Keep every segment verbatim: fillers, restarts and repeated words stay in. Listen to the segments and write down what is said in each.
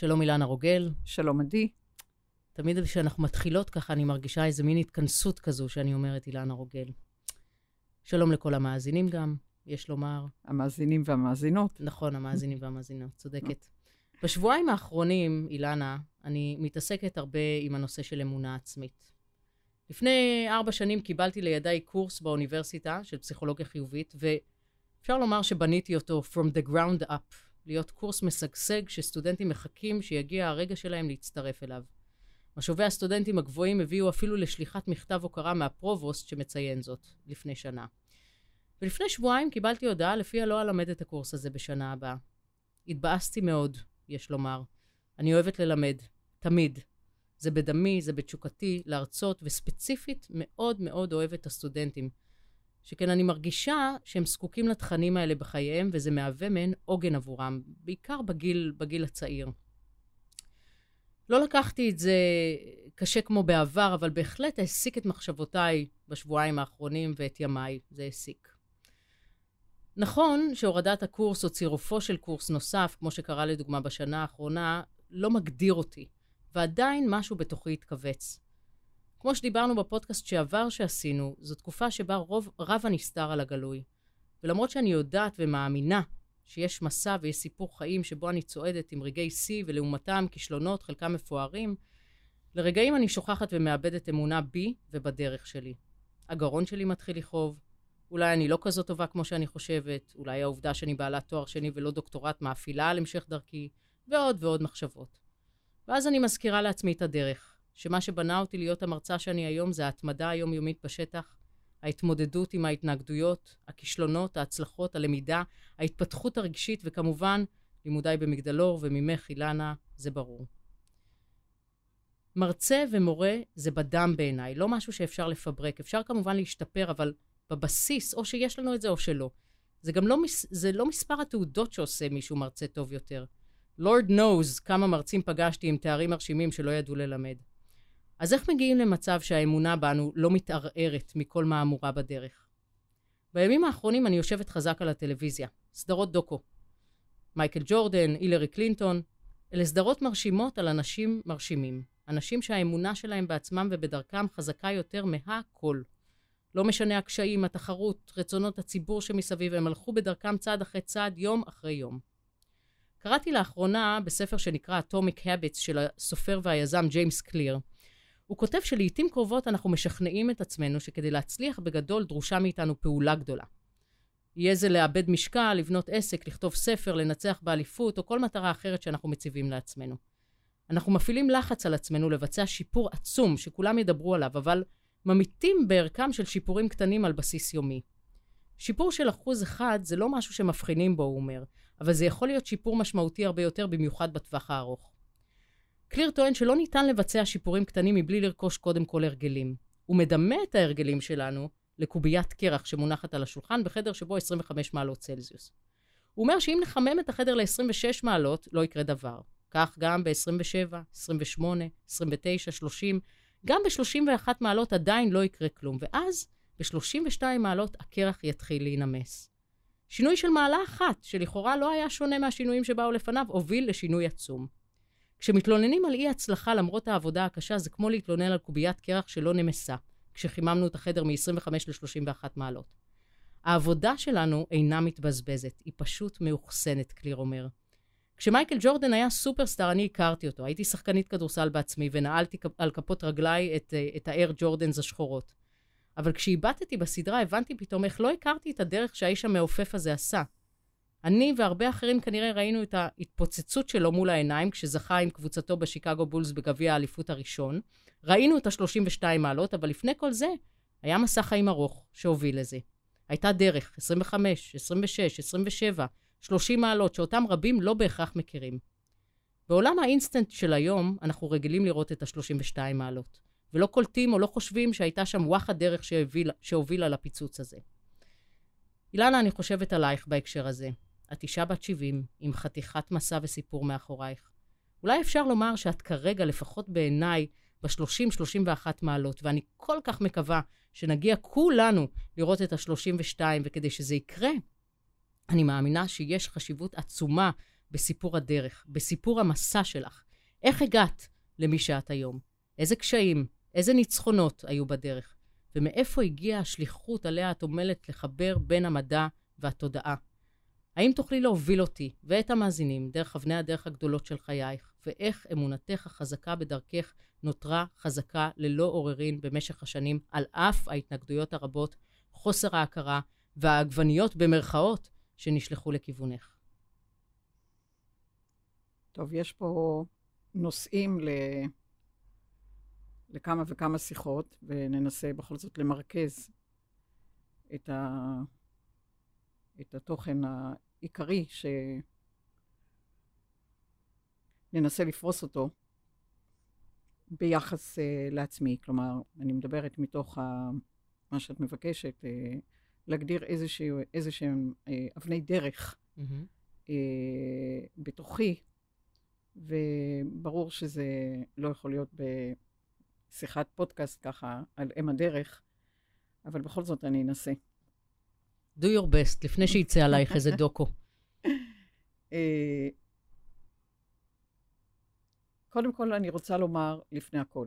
שלום אילנה רוגל. שלום עדי. תמיד כשאנחנו מתחילות ככה, אני מרגישה איזה מין התכנסות כזו שאני אומרת אילנה רוגל. שלום לכל המאזינים גם, יש לומר. המאזינים והמאזינות. נכון, המאזינים והמאזינות, צודקת. בשבועיים האחרונים, אילנה, אני מתעסקת הרבה עם הנושא של אמונה עצמית. לפני ארבע שנים קיבלתי לידיי קורס באוניברסיטה של פסיכולוגיה חיובית, ואפשר לומר שבניתי אותו from the ground up, להיות קורס משגשג שסטודנטים מחכים שיגיע הרגע שלהם להצטרף אליו. משובי הסטודנטים הגבוהים הביאו אפילו לשליחת מכתב הוקרה מהפרובוסט שמציין זאת לפני שנה. ולפני שבועיים קיבלתי הודעה לפיה לא אלמד את הקורס הזה בשנה הבאה. התבאסתי מאוד, יש לומר. אני אוהבת ללמד, תמיד. זה בדמי, זה בתשוקתי, להרצות, וספציפית מאוד מאוד אוהבת את הסטודנטים. שכן אני מרגישה שהם זקוקים לתכנים האלה בחייהם, וזה מהווה מהן עוגן עבורם, בעיקר בגיל, בגיל הצעיר. לא לקחתי את זה קשה כמו בעבר, אבל בהחלט העסיק את מחשבותיי בשבועיים האחרונים ואת ימיי, זה העסיק. נכון שהורדת הקורס או צירופו של קורס נוסף, כמו שקרה לדוגמה בשנה האחרונה, לא מגדיר אותי, ועדיין משהו בתוכי התכווץ. כמו שדיברנו בפודקאסט שעבר שעשינו, זו תקופה שבה רוב, רב הנסתר על הגלוי. ולמרות שאני יודעת ומאמינה שיש מסע ויש סיפור חיים שבו אני צועדת עם רגעי שיא ולעומתם כישלונות, חלקם מפוארים, לרגעים אני שוכחת ומאבדת אמונה בי ובדרך שלי. הגרון שלי מתחיל לכאוב, אולי אני לא כזאת טובה כמו שאני חושבת, אולי העובדה שאני בעלת תואר שני ולא דוקטורט מאפילה על המשך דרכי, ועוד ועוד מחשבות. ואז אני מזכירה לעצמי את הדרך, שמה שבנה אותי להיות המרצה שאני היום זה ההתמדה היומיומית בשטח, ההתמודדות עם ההתנגדויות, הכישלונות, ההצלחות, הלמידה, ההתפתחות הרגשית, וכמובן, לימודיי במגדלור וממך אילנה, זה ברור. מרצה ומורה זה בדם בעיניי, לא משהו שאפשר לפברק. אפשר כמובן להשתפר, אבל בבסיס, או שיש לנו את זה או שלא. זה גם לא, זה לא מספר התעודות שעושה מישהו מרצה טוב יותר. Lord knows כמה מרצים פגשתי עם תארים מרשימים שלא ידעו ללמד. אז איך מגיעים למצב שהאמונה בנו לא מתערערת מכל מהמורה בדרך? בימים האחרונים אני יושבת חזק על הטלוויזיה, סדרות דוקו. מייקל ג'ורדן, הילרי קלינטון, אלה סדרות מרשימות על אנשים מרשימים. אנשים שהאמונה שלהם בעצמם ובדרכם חזקה יותר מהכל. לא משנה הקשיים, התחרות, רצונות הציבור שמסביב, הם הלכו בדרכם צעד אחרי צעד, יום אחרי יום. קראתי לאחרונה בספר שנקרא Atomic Habits של הסופר והיזם ג'יימס קליר. הוא כותב שלעיתים קרובות אנחנו משכנעים את עצמנו שכדי להצליח בגדול דרושה מאיתנו פעולה גדולה. יהיה זה לאבד משקל, לבנות עסק, לכתוב ספר, לנצח באליפות או כל מטרה אחרת שאנחנו מציבים לעצמנו. אנחנו מפעילים לחץ על עצמנו לבצע שיפור עצום שכולם ידברו עליו, אבל ממיתים בערכם של שיפורים קטנים על בסיס יומי. שיפור של אחוז אחד זה לא משהו שמבחינים בו, הוא אומר, אבל זה יכול להיות שיפור משמעותי הרבה יותר, במיוחד בטווח הארוך. קליר טוען שלא ניתן לבצע שיפורים קטנים מבלי לרכוש קודם כל הרגלים. הוא מדמה את ההרגלים שלנו לקוביית קרח שמונחת על השולחן בחדר שבו עשרים וחמש מעלות צלזיוס. הוא אומר שאם נחמם את החדר ל-עשרים ושש מעלות, לא יקרה דבר. כך גם ב-עשרים ושבע, עשרים ושמונה, עשרים ותשע, שלושים, גם ב-שלושים ואחת מעלות עדיין לא יקרה כלום, ואז ב-שלושים ושתיים מעלות הקרח יתחיל להינמס. שינוי של מעלה אחת, שלכאורה לא היה שונה מהשינויים שבאו לפניו, הוביל לשינוי עצום. כשמתלוננים על אי הצלחה למרות העבודה הקשה, זה כמו להתלונן על קוביית קרח שלא נמסה, כשחיממנו את החדר מ-עשרים וחמש ל-שלושים ואחת מעלות. העבודה שלנו אינה מתבזבזת, היא פשוט מאוחסנת, קליר אומר. כשמייקל ג'ורדן היה סופרסטאר, אני הכרתי אותו. הייתי שחקנית כדורסל בעצמי, ונעלתי על כפות רגליי את, את האר ג'ורדנס השחורות. אבל כשהיבטתי בסדרה, הבנתי פתאום איך לא הכרתי את הדרך שהאיש המעופף הזה עשה. אני והרבה אחרים כנראה ראינו את ההתפוצצות שלו מול העיניים, כשזכה עם קבוצתו בשיקגו בולס בגביע האליפות הראשון. ראינו את ה-שלושים ושתיים מעלות, אבל לפני כל זה, היה מסע חיים ארוך שהוביל לזה. הייתה דרך, עשרים וחמש, עשרים ושש, עשרים ושבע, שלושים מעלות, שאותם רבים לא בהכרח מכירים. בעולם האינסטנט של היום, אנחנו רגילים לראות את ה-שלושים ושתיים מעלות, ולא קולטים או לא חושבים שהייתה שם וואחד דרך שהובילה, שהובילה לפיצוץ הזה. אילנה, אני חושבת עלייך בהקשר הזה. את אישה בת שבעים, עם חתיכת מסע וסיפור מאחורייך. אולי אפשר לומר שאת כרגע, לפחות בעיניי, ב-שלושים שלושים ואחת מעלות, ואני כל כך מקווה שנגיע כולנו לראות את ה-שלושים ושתיים, וכדי שזה יקרה, אני מאמינה שיש חשיבות עצומה בסיפור הדרך, בסיפור המסע שלך. איך הגעת למי שאת היום? איזה קשיים, איזה ניצחונות היו בדרך? ומאיפה הגיעה השליחות עליה את עומלת לחבר בין המדע והתודעה? האם תוכלי להוביל אותי ואת המאזינים דרך אבני הדרך הגדולות של חייך, ואיך אמונתך החזקה בדרכך נותרה חזקה ללא עוררין במשך השנים, על אף ההתנגדויות הרבות, חוסר ההכרה והעגבניות במרכאות שנשלחו לכיוונך? טוב, יש פה נושאים ל... לכמה וכמה שיחות, וננסה בכל זאת למרכז את, ה... את התוכן העיקרי שננסה לפרוס אותו ביחס uh, לעצמי. כלומר, אני מדברת מתוך ה... מה שאת מבקשת, uh, להגדיר איזשהו, איזשהם uh, אבני דרך mm-hmm. uh, בתוכי, וברור שזה לא יכול להיות בשיחת פודקאסט ככה על אם הדרך, אבל בכל זאת אני אנסה. Do your best, לפני שיצא עלייך איזה דוקו. קודם כל אני רוצה לומר לפני הכל.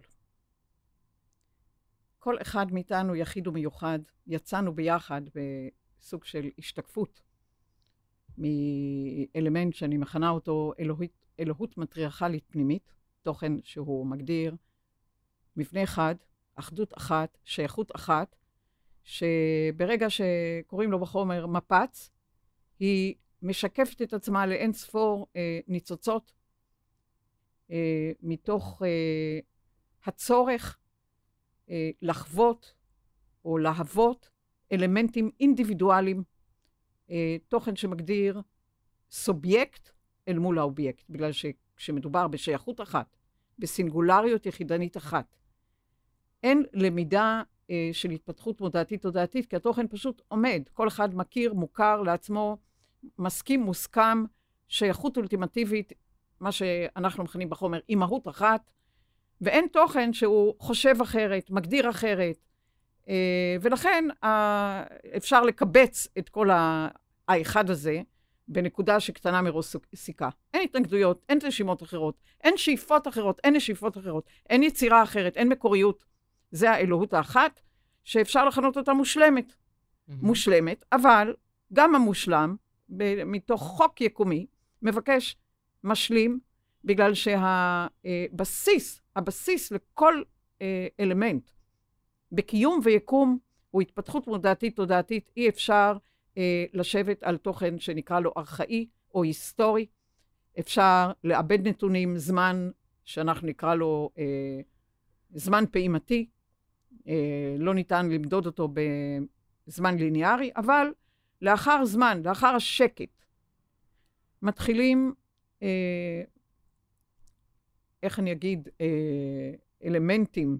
כל אחד מאיתנו יחיד ומיוחד, יצאנו ביחד בסוג של השתקפות מאלמנט שאני מכנה אותו אלוהית, אלוהות מטריארכלית פנימית, תוכן שהוא מגדיר מבנה אחד, אחדות אחת, שייכות אחת, שברגע שקוראים לו בחומר מפץ, היא משקפת את עצמה לאין ספור אה, ניצוצות, אה, מתוך אה, הצורך אה, לחוות או להוות אלמנטים אינדיבידואליים, אה, תוכן שמגדיר סובייקט אל מול האובייקט, בגלל שכשמדובר בשייכות אחת, בסינגולריות יחידנית אחת, אין למידה אה, של התפתחות מודעתית תודעתית, כי התוכן פשוט עומד, כל אחד מכיר, מוכר לעצמו, מסכים, מוסכם, שייכות אולטימטיבית, מה שאנחנו מכנים בחומר, אימהות אחת, ואין תוכן שהוא חושב אחרת, מגדיר אחרת, אה, ולכן אה, אפשר לקבץ את כל האחד הזה, בנקודה שקטנה מראש סיכה. אין התנגדויות, אין רשימות אחרות, אין שאיפות אחרות, אין נשיפות אחרות, אין יצירה אחרת, אין מקוריות. זה האלוהות האחת, שאפשר לכנות אותה מושלמת. Mm-hmm. מושלמת, אבל גם המושלם, ב- מתוך חוק יקומי, מבקש משלים, בגלל שהבסיס, הבסיס לכל אה, אלמנט, בקיום ויקום, הוא התפתחות מודעתית תודעתית, אי אפשר אה, לשבת על תוכן שנקרא לו ארכאי או היסטורי. אפשר לאבד נתונים, זמן שאנחנו נקרא לו אה, זמן פעימתי, אה, לא ניתן למדוד אותו בזמן ליניארי, אבל לאחר זמן, לאחר השקט, מתחילים, אה, איך אני אגיד, אה, אלמנטים,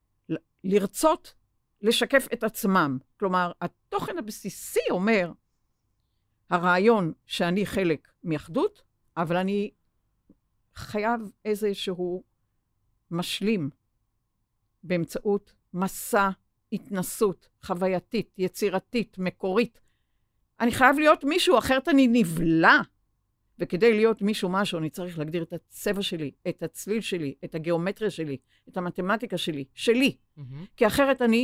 לרצות לשקף את עצמם. כלומר, התוכן הבסיסי אומר, הרעיון שאני חלק מאחדות, אבל אני חייב איזשהו משלים באמצעות מסע, התנסות, חווייתית, יצירתית, מקורית. אני חייב להיות מישהו, אחרת אני נבלע. וכדי להיות מישהו משהו, אני צריך להגדיר את הצבע שלי, את הצליל שלי, את הגיאומטריה שלי, את המתמטיקה שלי, שלי. Mm-hmm. כי אחרת אני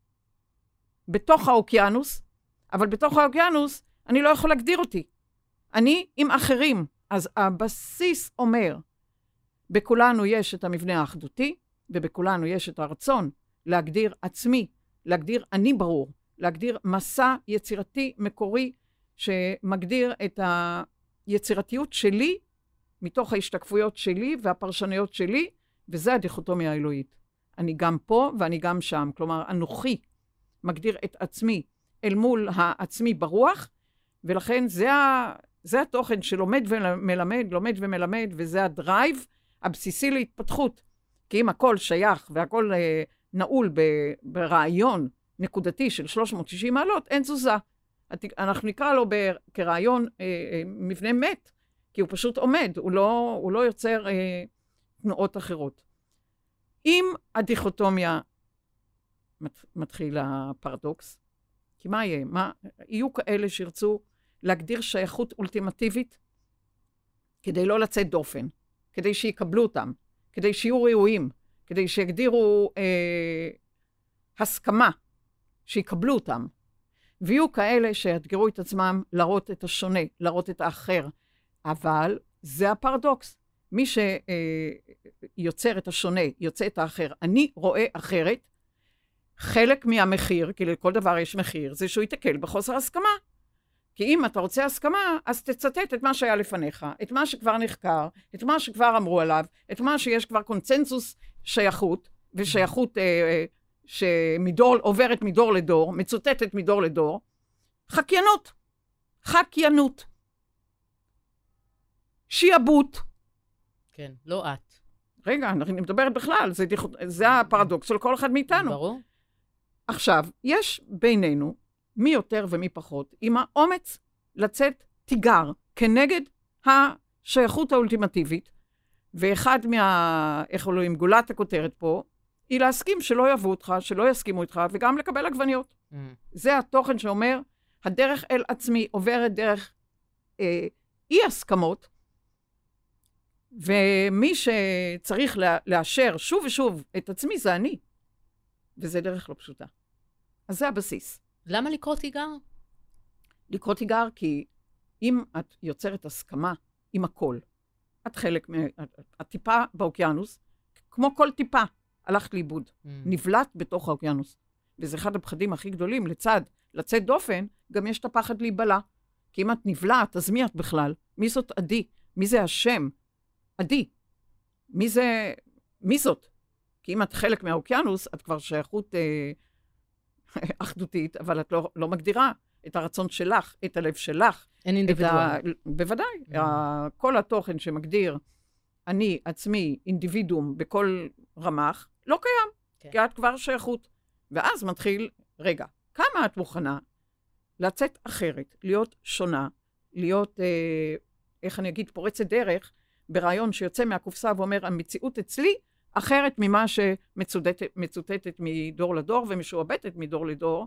בתוך האוקיינוס, אבל בתוך האוקיינוס אני לא יכול להגדיר אותי. אני עם אחרים. אז הבסיס אומר, בכולנו יש את המבנה האחדותי, ובכולנו יש את הרצון להגדיר עצמי, להגדיר אני ברור, להגדיר מסע יצירתי מקורי, שמגדיר את היצירתיות שלי, מתוך ההשתקפויות שלי והפרשנויות שלי, וזה הדיכוטומיה האלוהית. אני גם פה ואני גם שם. כלומר, אנוכי מגדיר את עצמי אל מול העצמי ברוח, ולכן זה, ה... זה התוכן שלומד ומלמד, לומד ומלמד, וזה הדרייב הבסיסי להתפתחות. כי אם הכל שייך והכל אה, נעול ב... ברעיון נקודתי של שלוש מאות ושישים מעלות, אין תזוזה. אנחנו נקרא לו ב... כרעיון אה, אה, מבנה מת, כי הוא פשוט עומד, הוא לא, הוא לא יוצר אה, תנועות אחרות. אם הדיכוטומיה מת, מתחיל הפרדוקס, כי מה יהיה? מה, יהיו כאלה שירצו להגדיר שייכות אולטימטיבית כדי לא לצאת דופן, כדי שיקבלו אותם, כדי שיהיו ראויים, כדי שיגדירו אה, הסכמה, שיקבלו אותם. ויהיו כאלה שיאתגרו את עצמם להראות את השונה, להראות את האחר. אבל זה הפרדוקס. מי שיוצר את השונה, יוצא את האחר. אני רואה אחרת, חלק מהמחיר, כי לכל דבר יש מחיר, זה שהוא יתקל בחוסר הסכמה. כי אם אתה רוצה הסכמה, אז תצטט את מה שהיה לפניך, את מה שכבר נחקר, את מה שכבר אמרו עליו, את מה שיש כבר קונצנזוס שייכות, ושייכות אה, שמדור, עוברת מדור לדור, מצוטטת מדור לדור. חקיינות. חקיינות. שיעבוד. כן, לא את. רגע, אני מדברת בכלל, זה, זה הפרדוקס של כל אחד מאיתנו. ברור. עכשיו, יש בינינו, מי יותר ומי פחות, עם האומץ לצאת תיגר כנגד השייכות האולטימטיבית, ואחד מה, איך אומרים, עם גולת הכותרת פה, היא להסכים שלא יאהבו אותך, שלא יסכימו איתך, וגם לקבל עגבניות. Mm. זה התוכן שאומר, הדרך אל עצמי עוברת דרך אה, אי הסכמות, ומי שצריך לאשר שוב ושוב את עצמי זה אני. וזה דרך לא פשוטה. אז זה הבסיס. למה לקרוא תיגר? לקרוא תיגר כי אם את יוצרת הסכמה עם הכל, את חלק, הטיפה באוקיינוס, כמו כל טיפה, הלכת לאיבוד. Mm. נבלט בתוך האוקיינוס. וזה אחד הפחדים הכי גדולים, לצד, לצאת דופן, גם יש את הפחד להיבלה. כי אם את נבלעת, אז מי את בכלל? מי זאת עדי? מי זה השם? עדי. מי זה, מי זאת? כי אם את חלק מהאוקיינוס, את כבר שייכות אה, אחדותית, אבל את לא, לא מגדירה את הרצון שלך, את הלב שלך. אין אינדיבידואל. ה... בוודאי. Mm. ה... כל התוכן שמגדיר אני, עצמי, אינדיבידום בכל רמ"ח, לא קיים. כן. כי את כבר שייכות. ואז מתחיל, רגע, כמה את מוכנה לצאת אחרת, להיות שונה, להיות, אה, איך אני אגיד, פורצת דרך, ברעיון שיוצא מהקופסה ואומר, המציאות אצלי אחרת ממה שמצוטטת מדור לדור ומשועבטת מדור לדור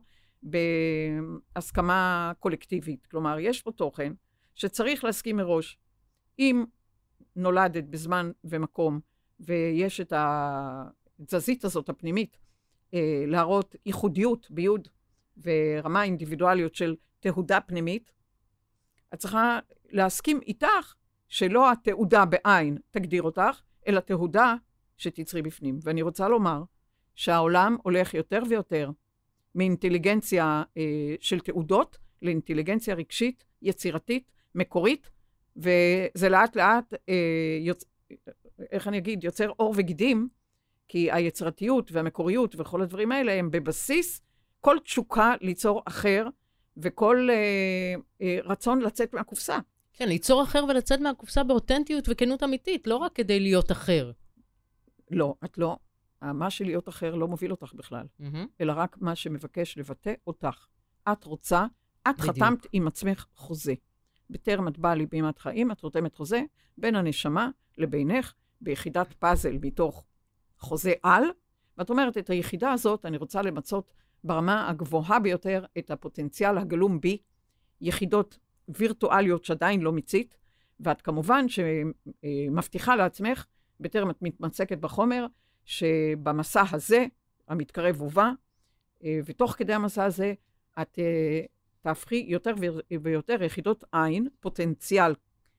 בהסכמה קולקטיבית. כלומר, יש פה תוכן שצריך להסכים מראש. אם נולדת בזמן ומקום ויש את התזזית הזאת הפנימית, להראות ייחודיות ביוד ורמה אינדיבידואליות של תהודה פנימית, את צריכה להסכים איתך שלא התעודה בעין תגדיר אותך, אלא תהודה שתצרי בפנים. ואני רוצה לומר שהעולם הולך יותר ויותר מאינטליגנציה אה, של תעודות לאינטליגנציה רגשית, יצירתית, מקורית, וזה לאט לאט, אה, יוצ... איך אני אגיד, יוצר אור וגידים, כי היצירתיות והמקוריות וכל הדברים האלה הם בבסיס כל תשוקה ליצור אחר, וכל אה, אה, רצון לצאת מהקופסה. כן, ליצור אחר ולצאת מהקופסה באותנטיות וכנות אמיתית, לא רק כדי להיות אחר. לא, את לא. מה של להיות אחר לא מוביל אותך בכלל, mm-hmm. אלא רק מה שמבקש לבטא אותך. את רוצה, את בדיוק. חתמת עם עצמך חוזה. בטרם את באה לי בימת חיים, את רותמת חוזה בין הנשמה לבינך, ביחידת פאזל מתוך חוזה על, ואת אומרת, את היחידה הזאת אני רוצה למצות ברמה הגבוהה ביותר את הפוטנציאל הגלום בי, יחידות וירטואליות שעדיין לא מיצית, ואת כמובן שמבטיחה לעצמך, בטרם את מתמצקת בחומר, שבמסע הזה, המתקרב ובא, ותוך כדי המסע הזה, את תהפכי יותר ויותר יחידות עין, פוטנציאל,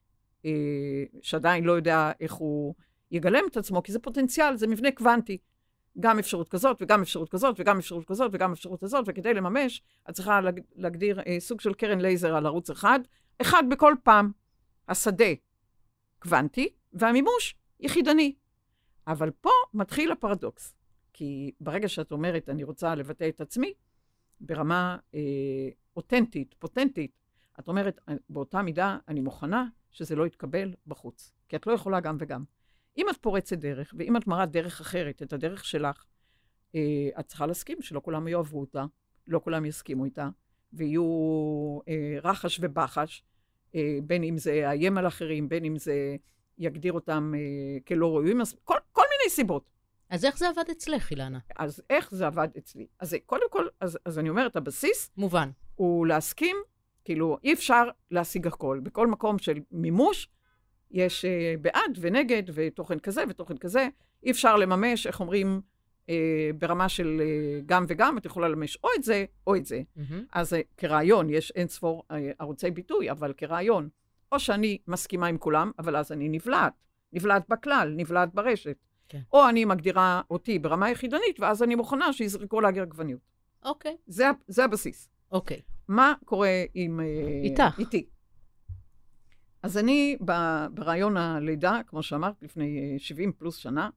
שעדיין לא יודע איך הוא יגלם את עצמו, כי זה פוטנציאל, זה מבנה קוונטי. גם אפשרות כזאת, וגם אפשרות כזאת, וגם אפשרות כזאת, וגם אפשרות הזאת, וכדי לממש, את צריכה להגדיר סוג של קרן לייזר על ערוץ אחד, אחד בכל פעם. השדה קוונטי, והמימוש יחידני. אבל פה מתחיל הפרדוקס. כי ברגע שאת אומרת, אני רוצה לבטא את עצמי, ברמה אה, אותנטית, פוטנטית, את אומרת, באותה מידה אני מוכנה שזה לא יתקבל בחוץ. כי את לא יכולה גם וגם. אם את פורצת דרך, ואם את מראה דרך אחרת, את הדרך שלך, אה, את צריכה להסכים שלא כולם יאהבו אותה, לא כולם יסכימו איתה, ויהיו אה, רחש ובחש, אה, בין אם זה יאיים על אחרים, בין אם זה יגדיר אותם אה, כלא ראויים, כל, כל מיני סיבות. אז איך זה עבד אצלך, אילנה? אז איך זה עבד אצלי? אז זה, קודם כל, אז, אז אני אומרת, הבסיס, מובן. הוא להסכים, כאילו, אי אפשר להשיג הכל. בכל מקום של מימוש, יש uh, בעד ונגד ותוכן כזה ותוכן כזה. אי אפשר לממש, איך אומרים, uh, ברמה של uh, גם וגם, את יכולה לממש או את זה או את זה. Mm-hmm. אז uh, כרעיון, יש אין ספור uh, ערוצי ביטוי, אבל כרעיון, או שאני מסכימה עם כולם, אבל אז אני נבלעת. נבלעת בכלל, נבלעת ברשת. Okay. או אני מגדירה אותי ברמה יחידנית, ואז אני מוכנה שיזרקו להגר עגבניות. אוקיי. Okay. זה, זה הבסיס. אוקיי. Okay. מה קורה עם... איתך. איתי. אז אני, ברעיון הלידה, כמו שאמרת, לפני שבעים פלוס שנה,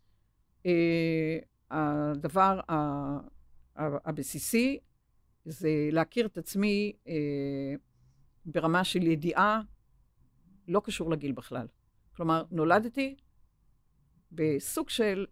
הדבר הבסיסי זה להכיר את עצמי ברמה של ידיעה, לא קשור לגיל בכלל. כלומר, נולדתי בסוג של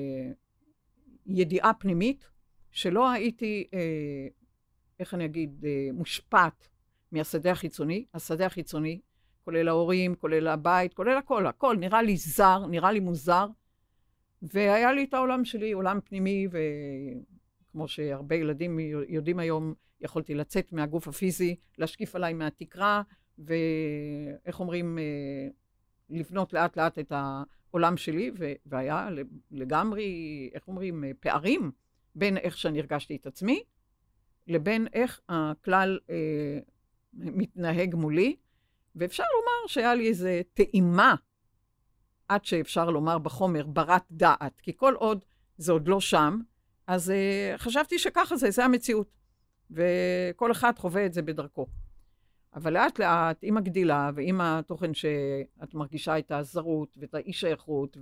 ידיעה פנימית, שלא הייתי, איך אני אגיד, מושפעת מהשדה החיצוני. השדה החיצוני, כולל ההורים, כולל הבית, כולל הכל, הכל. נראה לי זר, נראה לי מוזר. והיה לי את העולם שלי, עולם פנימי, וכמו שהרבה ילדים יודעים היום, יכולתי לצאת מהגוף הפיזי, להשקיף עליי מהתקרה, ואיך אומרים, לבנות לאט לאט את העולם שלי, והיה לגמרי, איך אומרים, פערים בין איך שאני הרגשתי את עצמי, לבין איך הכלל אה, מתנהג מולי, ואפשר לומר שהיה לי איזו טעימה, עד שאפשר לומר בחומר, ברת דעת, כי כל עוד זה עוד לא שם, אז אה, חשבתי שככה זה, זה המציאות, וכל אחד חווה את זה בדרכו. אבל לאט לאט, עם הגדילה ועם התוכן שאת מרגישה את הזרות ואת האי שייכות,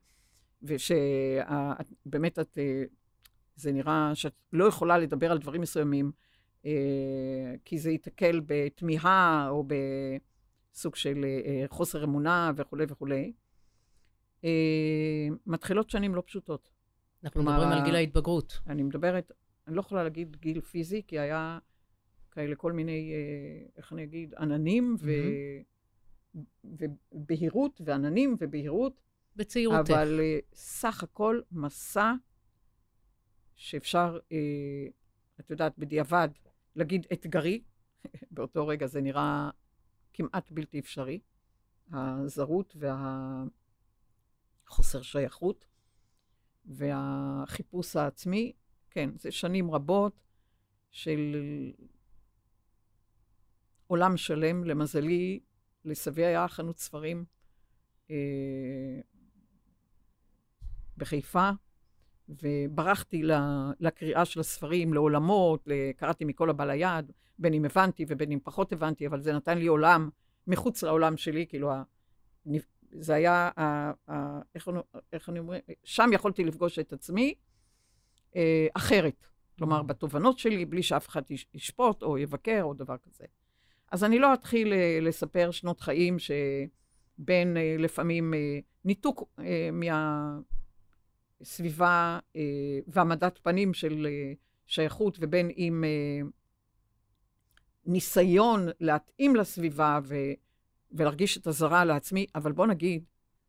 ושבאמת את... זה נראה שאת לא יכולה לדבר על דברים מסוימים, אה, כי זה יתקל בתמיהה או בסוג של אה, חוסר אמונה וכו' וכו'. אה, מתחילות שנים לא פשוטות. אנחנו כלומר, מדברים על גיל ההתבגרות. אני מדברת, אני לא יכולה להגיד גיל פיזי, כי היה כאלה כל מיני, אה, איך אני אגיד, עננים mm-hmm. ובהירות, ועננים ובהירות. בצעירותך. אבל אה, סך הכל מסע, שאפשר, אה, את יודעת, בדיעבד, להגיד אתגרי, באותו רגע זה נראה כמעט בלתי אפשרי, הזרות והחוסר שייכות, והחיפוש העצמי, כן, זה שנים רבות של עולם שלם, למזלי, לסבי היה חנות ספרים אה, בחיפה, וברחתי לקריאה של הספרים, לעולמות, קראתי מכל הבא ליד, בין אם הבנתי ובין אם פחות הבנתי, אבל זה נתן לי עולם מחוץ לעולם שלי, כאילו, זה היה, איך אני אומרת, שם יכולתי לפגוש את עצמי אחרת, כלומר, בתובנות שלי, בלי שאף אחד ישפוט או יבקר או דבר כזה. אז אני לא אתחיל לספר שנות חיים שבין לפעמים ניתוק מה... סביבה אה, והעמדת פנים של אה, שייכות, ובין עם אה, ניסיון להתאים לסביבה ו, ולהרגיש את הזרה לעצמי, אבל בוא נגיד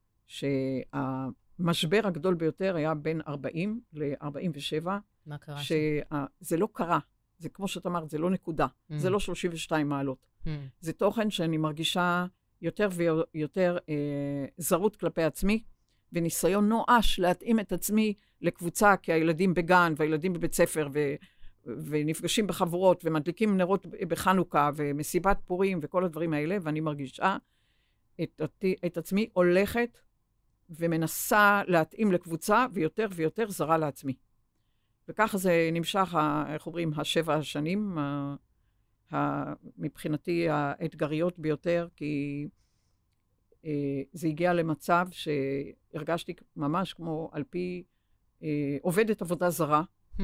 שהמשבר הגדול ביותר היה בין ארבעים ל-ארבעים ושבע. מה קרה? שזה לא קרה, זה כמו שאת אמרת, זה לא נקודה, mm. זה לא שלושים ושתיים מעלות. Mm. זה תוכן שאני מרגישה יותר ויותר אה, זרות כלפי עצמי, וניסיון נואש להתאים את עצמי לקבוצה, כי הילדים בגן, והילדים בבית ספר, ו... ונפגשים בחבורות, ומדליקים נרות בחנוכה, ומסיבת פורים, וכל הדברים האלה, ואני מרגישה את, את עצמי הולכת, ומנסה להתאים לקבוצה, ויותר ויותר זרה לעצמי. וככה זה נמשך, איך אומרים, השבע השנים, ה... ה... מבחינתי האתגריות ביותר, כי... זה הגיע למצב שהרגשתי ממש כמו על פי עובדת עבודה זרה,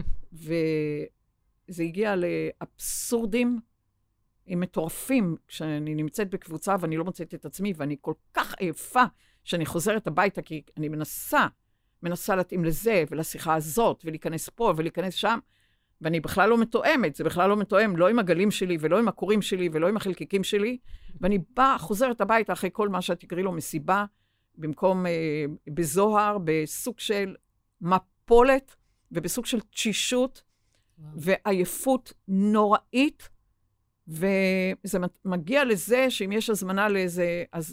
וזה הגיע לאבסורדים מטורפים כשאני נמצאת בקבוצה ואני לא מוצאת את עצמי, ואני כל כך עייפה שאני חוזרת הביתה, כי אני מנסה, מנסה להתאים לזה ולשיחה הזאת, ולהיכנס פה ולהיכנס שם, ואני בכלל לא מתואמת, זה בכלל לא מתואם, לא עם הגלים שלי, ולא עם הקורים שלי, ולא עם החלקיקים שלי, ואני באה, חוזרת הביתה אחרי כל מה שאת תקראי לו מסיבה, במקום אה, בזוהר, בסוג של מפולת, ובסוג של תשישות, וואו. ועייפות נוראית, וזה מגיע לזה שאם יש הזמנה לאיזה, אז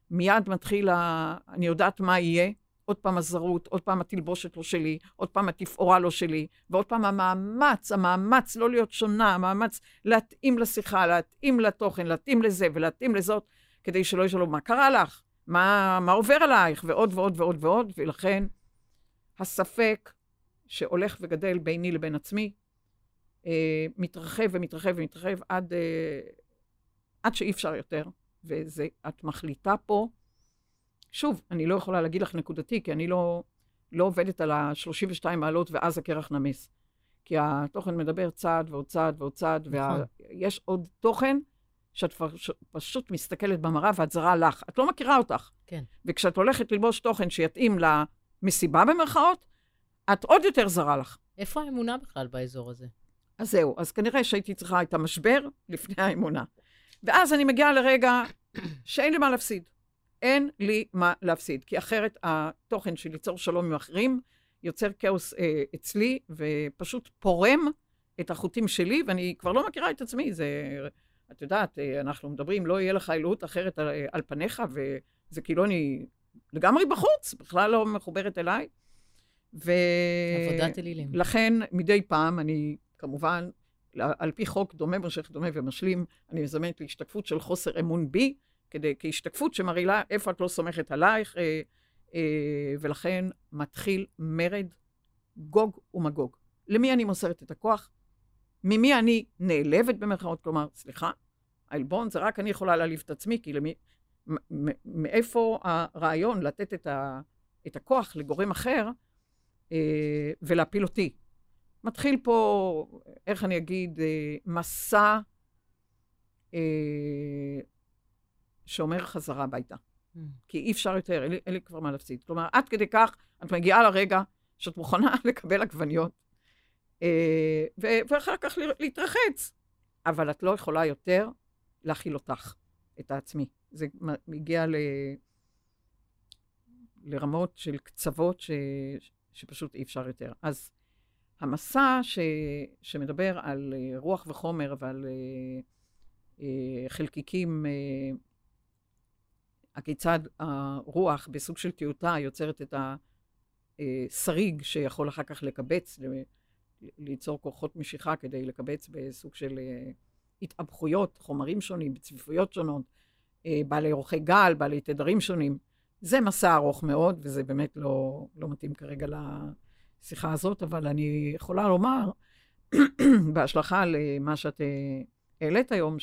מיד מתחיל, ה... אני יודעת מה יהיה, עוד פעם הזרות, עוד פעם התלבושת לא שלי, עוד פעם התפאורה לא שלי, ועוד פעם המאמץ, המאמץ לא להיות שונה, המאמץ להתאים לשיחה, להתאים לתוכן, להתאים לזה ולהתאים לזאת, כדי שלא ישאלו מה קרה לך, מה, מה עובר עלייך, ועוד ועוד ועוד ועוד, ולכן הספק שהולך וגדל ביני לבין עצמי, אה, מתרחב ומתרחב ומתרחב עד, אה, עד שאי אפשר יותר, ואת מחליטה פה, שוב, אני לא יכולה להגיד לך נקודתי, כי אני לא, לא עובדת על ה-שלושים ושתיים מעלות ואז הקרח נמס. כי התוכן מדבר צעד ועוד צעד ועוד צעד, ויש עוד תוכן שאת פשוט מסתכלת במראה ואת זרה לך. את לא מכירה אותך. כן. וכשאת הולכת ללבוש תוכן שיתאים למסיבה במרכאות, את עוד יותר זרה לך. איפה האמונה בכלל באזור הזה? אז זהו, אז כנראה שהייתי צריכה את המשבר לפני האמונה. ואז אני מגיעה לרגע שאין לי מה להפסיד. אין לי מה להפסיד, כי אחרת התוכן של ליצור שלום עם אחרים יוצר כאוס אה, אצלי, ופשוט פורם את החוטים שלי, ואני כבר לא מכירה את עצמי. זה, את יודעת, אנחנו מדברים, לא יהיה לך אלוהות אחרת על, על פניך, וזה כאילו אני לגמרי בחוץ, בכלל לא מחוברת אליי. ו... עבודת אלילים. לכן, מדי פעם, אני כמובן, על פי חוק דומה, מושך דומה ומשלים, אני מזמנת להשתקפות של חוסר אמון בי, כדי, כהשתקפות שמראה איפה את לא סומכת עלייך, אה, אה, ולכן מתחיל מרד גוג ומגוג. למי אני מוסרת את הכוח? ממי אני נעלבת במרכאות? כלומר, סליחה, העלבון זה רק אני יכולה להעליב את עצמי, כי למי, מאיפה הרעיון לתת את, ה, את הכוח לגורם אחר אה, ולהפיל אותי? מתחיל פה, איך אני אגיד, אה, מסע אה, שאומר חזרה הביתה. Mm. כי אי אפשר יותר, אין לי, אין לי כבר מה להפסיד. כלומר, עד כדי כך, את מגיעה לרגע שאת מוכנה לקבל עגבניות, אה, ו- ואחר כך להתרחץ. אבל את לא יכולה יותר להכיל אותך, את העצמי. זה מגיע ל... לרמות של קצוות ש... שפשוט אי אפשר יותר. אז המסע ש... שמדבר על רוח וחומר ועל אה, חלקיקים, אה, הכיצד הרוח בסוג של תיעוטה יוצרת את השריג שיכול אחר כך לקבץ, ליצור כוחות משיכה כדי לקבץ בסוג של התאבכויות, חומרים שונים, בצפיפויות שונות, בעלי אורכי גל, בעלי תדרים שונים. זה מסע ארוך מאוד, וזה באמת לא, לא מתאים כרגע לשיחה הזאת, אבל אני יכולה לומר, בהשלכה למה שאת העלית היום,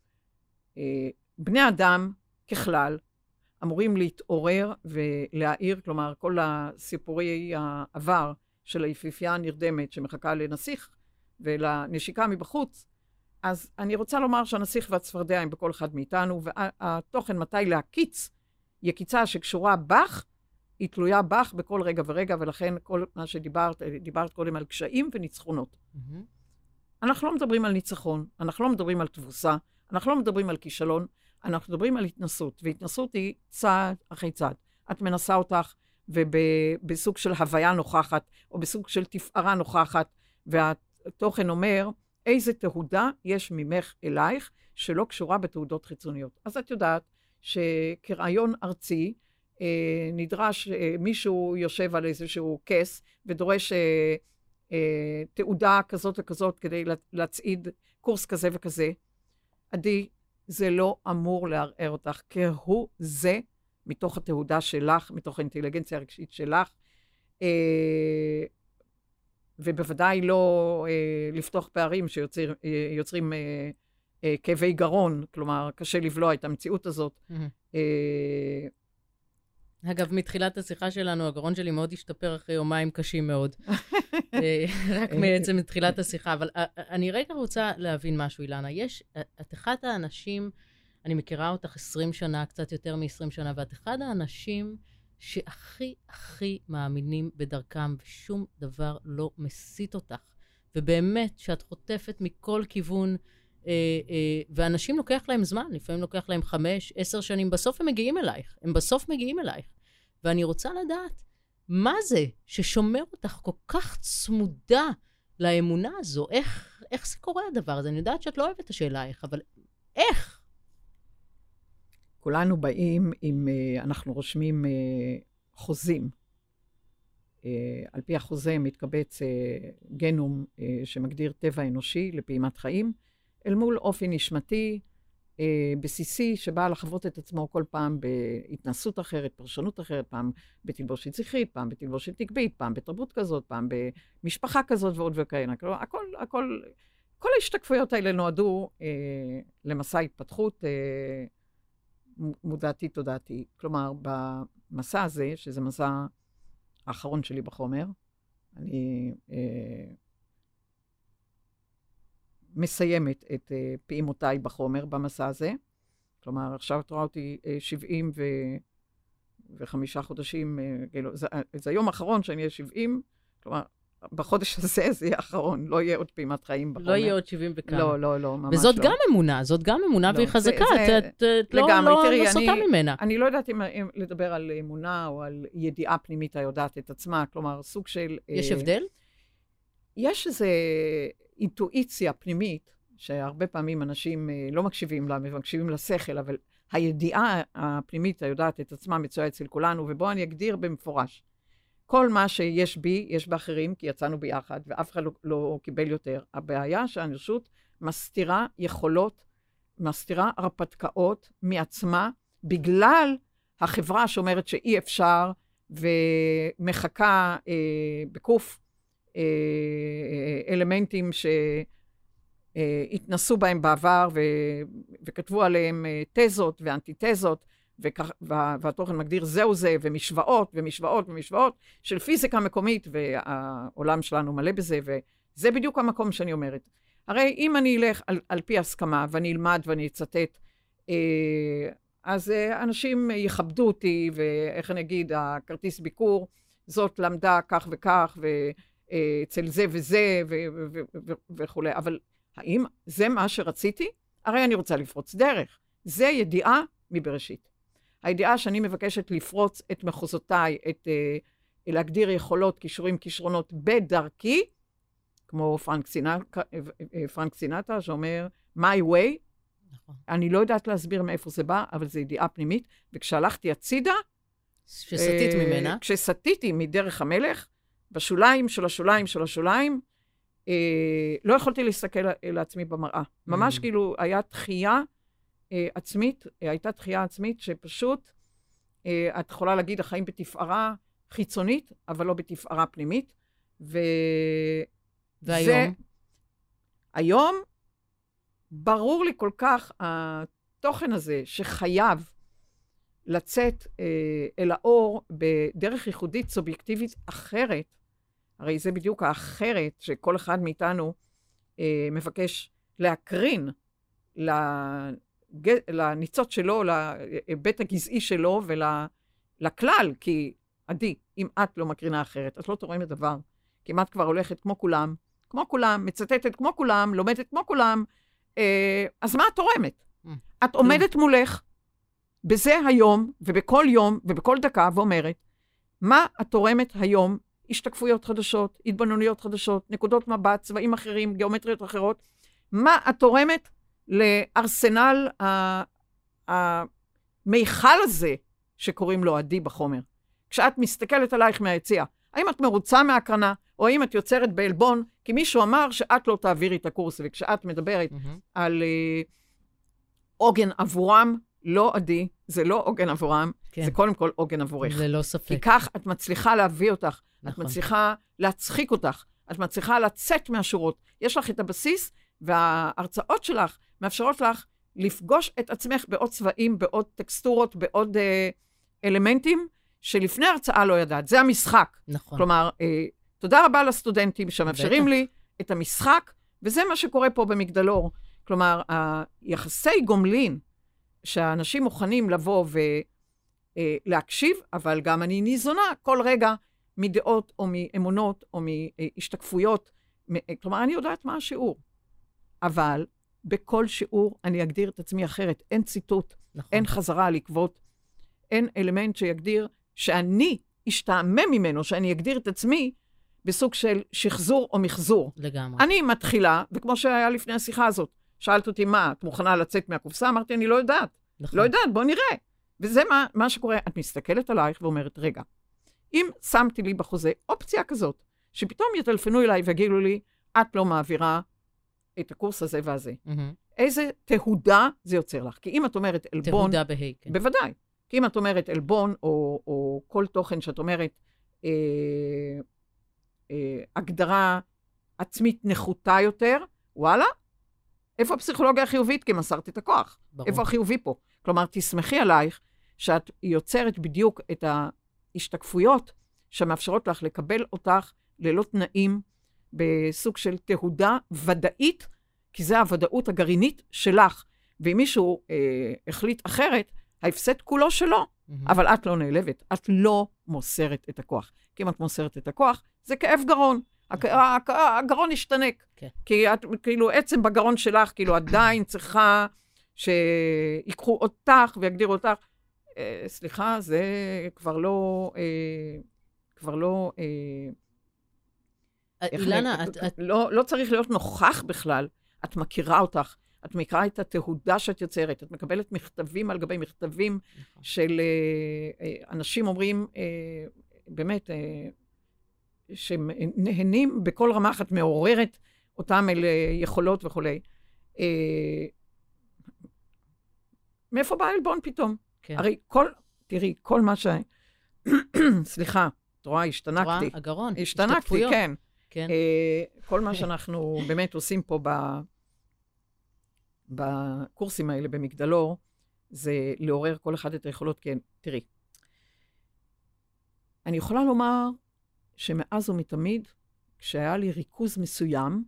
שבני אדם ככלל אמורים להתעורר ולהעיר, כלומר, כל הסיפורי העבר של היפיפייה הנרדמת שמחכה לנסיך ולנשיקה מבחוץ, אז אני רוצה לומר שהנסיך והצפרדע הם בכל אחד מאיתנו, והתוכן מתי להקיץ, יקיצה שקשורה בך, היא תלויה בך בכל רגע ורגע, ולכן כל מה שדיברת, דיברת קודם על קשיים וניצחונות. Mm-hmm. אנחנו לא מדברים על ניצחון, אנחנו לא מדברים על תבוסה, אנחנו לא מדברים על כישלון, אנחנו מדברים על התנסות, והתנסות היא צעד אחרי צעד. את מנסה אותך, ובסוג של הוויה נוכחת, או בסוג של תפארה נוכחת, והתוכן אומר, איזה תהודה יש ממך אלייך, שלא קשורה בתהודות חיצוניות. אז את יודעת שכרעיון ארצי, אה, נדרש, אה, מישהו יושב על איזשהו כס, ודורש אה, אה, תעודה כזאת וכזאת, כדי להצעיד קורס כזה וכזה. עדי, זה לא אמור לערער אותך, כהוא זה, מתוך התהודה שלך, מתוך האינטליגנציה הרגשית שלך, אה, ובוודאי לא אה, לפתוח פערים שיוצרים יוצרים, אה, אה, כאבי גרון, כלומר, קשה לבלוע את המציאות הזאת. Mm-hmm. אה, אגב, מתחילת השיחה שלנו, הגרון שלי מאוד השתפר אחרי יומיים קשים מאוד. רק בעצם מתחילת השיחה. אבל אני רגע רוצה להבין משהו, אילנה. יש, את אחד האנשים, אני מכירה אותך עשרים שנה, קצת יותר מ-עשרים שנה, ואת אחד האנשים שהכי הכי מאמינים בדרכם, ושום דבר לא מסית אותך. ובאמת, שאת חוטפת מכל כיוון, אה, אה, ואנשים לוקח להם זמן, לפעמים לוקח להם חמש, עשר שנים, בסוף הם מגיעים אלייך, הם בסוף מגיעים אלייך. ואני רוצה לדעת, מה זה ששומר אותך כל כך צמודה לאמונה הזו? איך, איך זה קורה הדבר הזה? אני יודעת שאת לא אוהבת את השאלה איך, אבל איך? כולנו באים אם אנחנו רושמים חוזים. על פי החוזה מתקבץ גנום שמגדיר טבע אנושי לפעימת חיים, אל מול אופי נשמתי, בסיסי, שבא לחוות את עצמו כל פעם בהתנסות אחרת, פרשנות אחרת, פעם בתלבושת זכרית, פעם בתלבושת נקבית, פעם בתרבות כזאת, פעם במשפחה כזאת ועוד וכהנה. כלומר, הכל, הכל, כל ההשתקפויות האלה נועדו אה, למסע התפתחות אה, מודעתי, תודעתי. כלומר, במסע הזה, שזה מסע האחרון שלי בחומר, אני אה, מסיימת את אה, פעימותיי בחומר במסע הזה. כלומר, עכשיו את רואה אותי אה, שבעים ו... וחמישה חודשים, אה, כאילו, זה, זה היום האחרון שאני אהיה שבעים, כלומר, בחודש הזה זה יהיה האחרון, לא יהיה עוד פעימת חיים בחומר. לא יהיה עוד שבעים וכמה. לא, לא, לא, ממש וזאת לא. גם אמונה, זאת גם אמונה לא, והיא חזקה, זה, את, את, את לא, לגמרי, לא, תראי, לא סוטה אני, ממנה. אני לא יודעת אם, אם לדבר על אמונה או על ידיעה פנימית היודעת את עצמה, כלומר, סוג של... יש אה, הבדל? יש איזו אינטואיציה פנימית, שהרבה פעמים אנשים אה, לא מקשיבים לה, מקשיבים לשכל, אבל הידיעה הפנימית היודעת את עצמה מצויה אצל כולנו, ובו אני אגדיר במפורש. כל מה שיש בי, יש באחרים, כי יצאנו ביחד, ואף אחד לא, לא קיבל יותר. הבעיה שהאנושות מסתירה יכולות, מסתירה הרפתקאות מעצמה, בגלל החברה שאומרת שאי אפשר, ומחכה אה, בקוף אה, אלמנטים שהתנסו בהם בעבר, ו, וכתבו עליהם אה, תזות ואנטיתזות, וכך, וה, והתוכן מגדיר זהו זה, ומשוואות, ומשוואות, ומשוואות, של פיזיקה מקומית, והעולם שלנו מלא בזה, וזה בדיוק המקום שאני אומרת. הרי אם אני אלך על, על פי הסכמה, ואני אלמד ואני אצטט, אה, אז אה, אנשים יכבדו אותי, ואיך אני אגיד, הכרטיס ביקור, זאת למדה כך וכך, ואצל זה וזה, וכו'. אבל האם זה מה שרציתי? הרי אני רוצה לפרוץ דרך. זה ידיעה מבראשית. הידיעה שאני מבקשת לפרוץ את מחוזותיי, את, uh, להגדיר יכולות, כישורים, כישרונות בדרכי, כמו פרנק סינטרה, פרנק סינטרה שאומר, my way, נכון. אני לא יודעת להסביר מאיפה זה בא, אבל זו ידיעה פנימית, וכשהלכתי הצידה, שסתית uh, ממנה, כשסתיתי מדרך המלך, בשוליים של השוליים של השוליים, uh, לא יכולתי להסתכל לעצמי במראה. ממש mm. כאילו היה תחייה, עצמית, הייתה תחייה עצמית שפשוט, את יכולה להגיד, החיים בתפארה חיצונית, אבל לא בתפארה פנימית. ו... והיום? היום, ברור לי כל כך, התוכן הזה שחייב לצאת אל האור בדרך ייחודית סובייקטיבית אחרת, הרי זה בדיוק האחרת שכל אחד מאיתנו מבקש להקרין ל... לניצות שלו, לבית הגזעי שלו ולכלל, כי עדי, אם את לא מקרינה אחרת, את לא תורמת דבר, כי אם את כבר הולכת כמו כולם, כמו כולם, מצטטת כמו כולם, לומדת כמו כולם, אז מה את תורמת? את עומדת מולך בזה היום, ובכל יום, ובכל דקה, ואומרת, מה את תורמת היום? השתקפויות חדשות, התבוננויות חדשות, נקודות מבט, צבעים אחרים, גיאומטריות אחרות, מה את תורמת? לארסנל המיכל הזה שקוראים לו עדי בחומר. כשאת מסתכלת עלייך מהיציאה, האם את מרוצה מהקרנה, או האם את יוצרת בעלבון, כי מישהו אמר שאת לא תעבירי את הקורס, וכשאת מדברת mm-hmm. על עוגן uh, עבורם, לא עדי, זה לא עוגן עבורם, כן. זה קודם כל עוגן עבורך. זה לא ספק. כי כך את מצליחה להביא אותך, נכון. את מצליחה להצחיק אותך, את מצליחה לצאת מהשורות. יש לך את הבסיס, וההרצאות שלך מאפשרות לך לפגוש את עצמך בעוד צבעים, בעוד טקסטורות, בעוד אה, אלמנטים, שלפני הרצאה לא ידעת. זה המשחק. נכון. כלומר, אה, תודה רבה לסטודנטים שמאפשרים לי את המשחק, וזה מה שקורה פה במגדלור. כלומר, היחסי גומלין, שהאנשים מוכנים לבוא ולהקשיב, אבל גם אני ניזונה כל רגע מדעות או מאמונות או מהשתקפויות. כלומר, אני יודעת מה השיעור. אבל בכל שיעור אני אגדיר את עצמי אחרת. אין ציטוט, נכון. אין חזרה על עקבות, אין אלמנט שיגדיר שאני אשתעמם ממנו, שאני אגדיר את עצמי בסוג של שחזור או מחזור. לגמרי. אני מתחילה, וכמו שהיה לפני השיחה הזאת, שאלת אותי מה, את מוכנה לצאת מהקופסה? אמרתי, אני לא יודעת. נכון. לא יודעת, בוא נראה. וזה מה, מה שקורה, את מסתכלת עלייך ואומרת, רגע, אם שמתי לי בחוזה אופציה כזאת, שפתאום יטלפנו אליי ויגידו לי, את לא מעבירה את הקורס הזה והזה. Mm-hmm. איזה תהודה זה יוצר לך? כי אם את אומרת אלבון... תהודה בהי, כן. בוודאי. כי אם את אומרת אלבון, או, או כל תוכן שאת אומרת, אה, אה, הגדרה עצמית נחותה יותר, וואלה, איפה הפסיכולוגיה החיובית? כי מסרת את הכוח. ברור. איפה החיובי פה? כלומר, תסמכי עלייך שאת יוצרת בדיוק את ההשתקפויות שמאפשרות לך לקבל אותך ללא תנאים בסוג של תהודה ודאית, כי זה הוודאות הגרעינית שלך. ואם מישהו אה, החליט אחרת, ההפסד כולו שלו, mm-hmm. אבל את לא נעלבת, את לא מוסרת את הכוח. כי אם את מוסרת את הכוח, זה כאב גרון. הגרון ישתנק. Okay. כי את, כאילו, עצם בגרון שלך, כאילו, עדיין צריכה שיקחו אותך ויגדירו אותך. אה, סליחה, זה כבר לא... אה, כבר לא... אה, אילנה, את, את, את... לא, לא צריך להיות נוכח בכלל. את מכירה אותך. את מכירה את התהודה שאת יוצרת. את מקבלת מכתבים על גבי מכתבים נכון. של אה, אנשים אומרים, אה, באמת, אה, שנהנים בכל רמה אחת מעוררת אותם אל יכולות וכו'. אה, מאיפה בא אלבון פתאום? כן. הרי כל, תראי, כל מה ש... סליחה, את רואה, השתנקתי. רואה, הגרון, השתנקתי, כן. כן. אה, כל מה שאנחנו באמת עושים פה ב... בקורסים האלה במגדלור, זה לעורר כל אחד את היכולות, כן, תראי. אני יכולה לומר שמאז ומתמיד, כשהיה לי ריכוז מסוים,